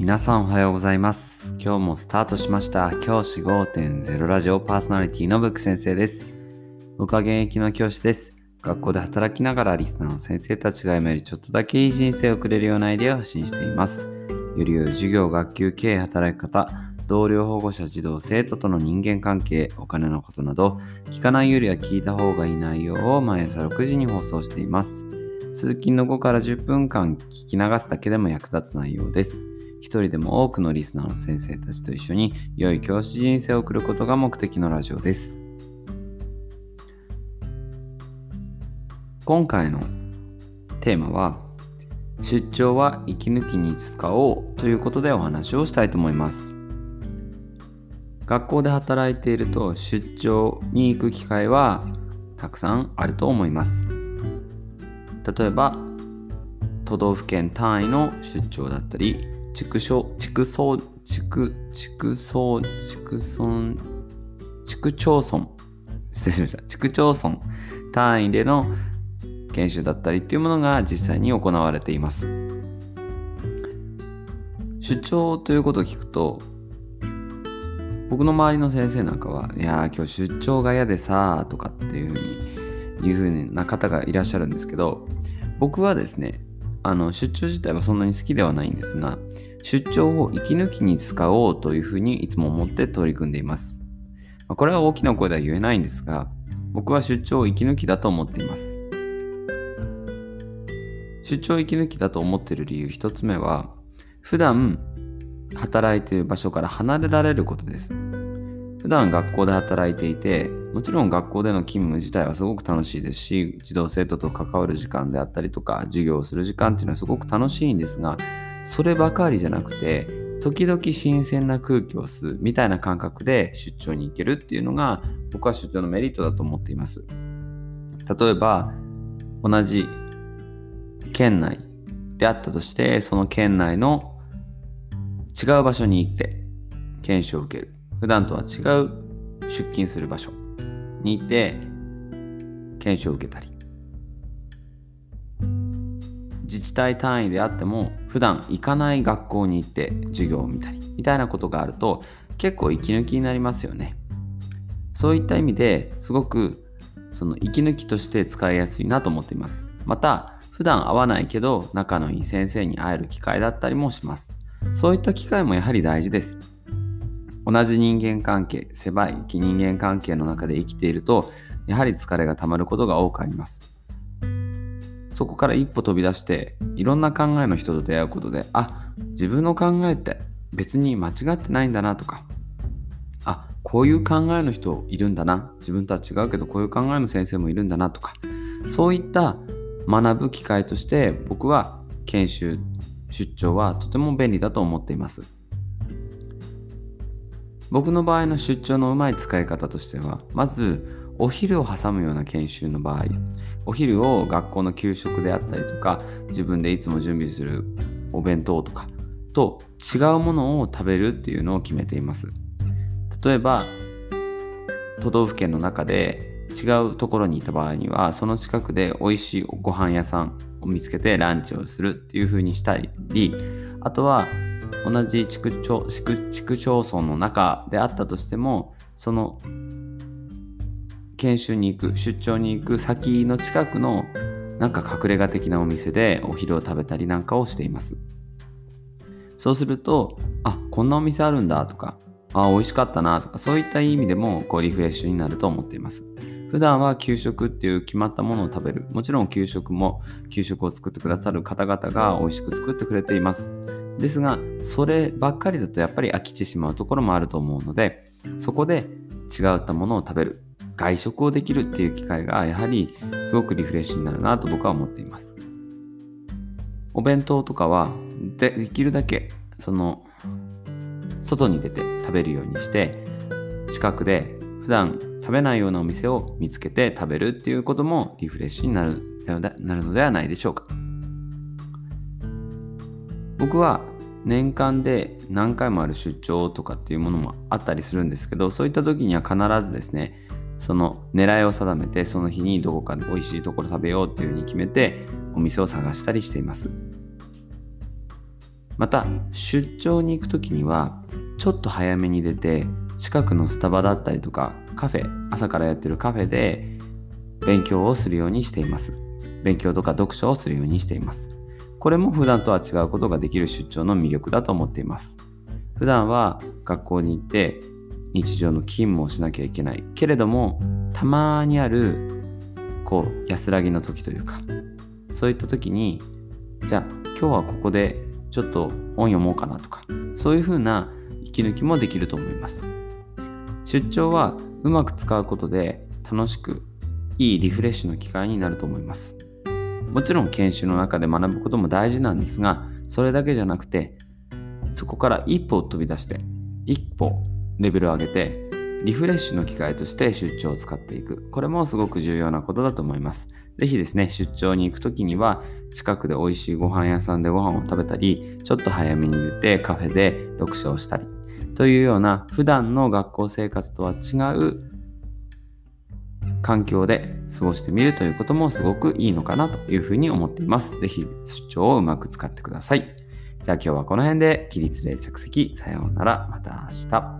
皆さんおはようございます。今日もスタートしました教師 5.0 ラジオパーソナリティのブック先生です。僕は現役の教師です。学校で働きながらリスナーの先生たちが今よりちょっとだけいい人生を送れるようなアイデアを発信しています。より良い授業、学級経営、働き方、同僚、保護者、児童、生徒との人間関係、お金のことなど聞かないよりは聞いた方がいい内容を毎朝6時に放送しています。通勤の5から10分間聞き流すだけでも役立つ内容です。一人でも多くのリスナーの先生たちと一緒に良い教師人生を送ることが目的のラジオです。今回のテーマは出張は息抜きに使おうということでお話をしたいと思います。学校で働いていると出張に行く機会はたくさんあると思います。例えば都道府県単位の出張だったり市区町村単位での研修だったりっていうものが実際に行われています。出張ということを聞くと僕の周りの先生なんかはいや今日出張が嫌でさとかっていうふうな方がいらっしゃるんですけど、僕はですね出張自体はそんなに好きではないんですが、出張を息抜きに使おうというふうにいつも思って取り組んでいます。これは大きな声では言えないんですが、僕は出張を息抜きだと思っています。出張息抜きだと思っている理由一つ目は、普段働いている場所から離れられることです。普段学校で働いていて、もちろん学校での勤務自体はすごく楽しいですし、児童生徒と関わる時間であったりとか授業をする時間っていうのはすごく楽しいんですが、そればかりじゃなくて時々新鮮な空気を吸うみたいな感覚で出張に行けるっていうのが僕は出張のメリットだと思っています。例えば同じ県内であったとして、その県内の違う場所に行って研修を受ける、普段とは違う出勤する場所に行って研修を受けたり、自治体単位であっても普段行かない学校に行って授業を見たりみたいなことがあると結構息抜きになりますよね。そういった意味ですごくその息抜きとして使いやすいなと思っています。また普段会わないけど仲のいい先生に会える機会だったりもします。そういった機会もやはり大事です。同じ人間関係、狭い人間関係の中で生きているとやはり疲れがたまることが多くあります。そこから一歩飛び出していろんな考えの人と出会うことで、自分の考えって別に間違ってないんだなとか、こういう考えの人いるんだな、自分とは違うけどこういう考えの先生もいるんだなとか、そういった学ぶ機会として僕は研修出張はとても便利だと思っています。僕の場合の出張のうまい使い方としては、まずお昼を挟むような研修の場合、お昼を学校の給食であったりとか自分でいつも準備するお弁当とかと違うものを食べるっていうのを決めています。例えば都道府県の中で違うところにいた場合には、その近くで美味しいご飯屋さんを見つけてランチをするっていう風にしたり、あとは同じ市区町村の中であったとしても、その研修に行く、出張に行く先の近くのなんか隠れ家的なお店でお昼を食べたりなんかをしています。そうするとこんなお店あるんだとか、美味しかったなとか、そういった意味でもリフレッシュになると思っています。普段は給食っていう決まったものを食べる、もちろん給食を作ってくださる方々が美味しく作ってくれています。ですがそればっかりだとやっぱり飽きてしまうところもあると思うので、そこで違ったものを食べる、外食をできるっていう機会がやはりすごくリフレッシュになるなと僕は思っています。お弁当とかはできるだけ外に出て食べるようにして、近くで普段食べないようなお店を見つけて食べるっていうこともリフレッシュになるのではないでしょうか。僕は年間で何回もある出張とかっていうものもあったりするんですけど、そういった時には必ずですね、その狙いを定めて、その日にどこかで美味しいところ食べようっていう風に決めてお店を探したりしています。 また出張に行くときにはちょっと早めに出て、近くのスタバだったりとかカフェ、朝からやってるカフェで勉強をするようにしています。勉強とか読書をするようにしています。これも普段とは違うことができる出張の魅力だと思っています。普段は学校に行って日常の勤務をしなきゃいけないけれども、たまにある安らぎの時というか、そういった時にじゃあ今日はここでちょっと本読もうかなとか、そういう風な息抜きもできると思います。出張はうまく使うことで楽しくいいリフレッシュの機会になると思います。もちろん研修の中で学ぶことも大事なんですが、それだけじゃなくて、そこから一歩飛び出して、一歩レベルを上げて、リフレッシュの機会として出張を使っていく。これもすごく重要なことだと思います。ぜひですね、出張に行くときには、近くで美味しいご飯屋さんでご飯を食べたり、ちょっと早めに出てカフェで読書をしたり、というような普段の学校生活とは違う環境で過ごしてみるということもすごくいいのかなというふうに思っています。ぜひ出張をうまく使ってください。じゃあ今日はこの辺で起立例着席。さようなら。また明日。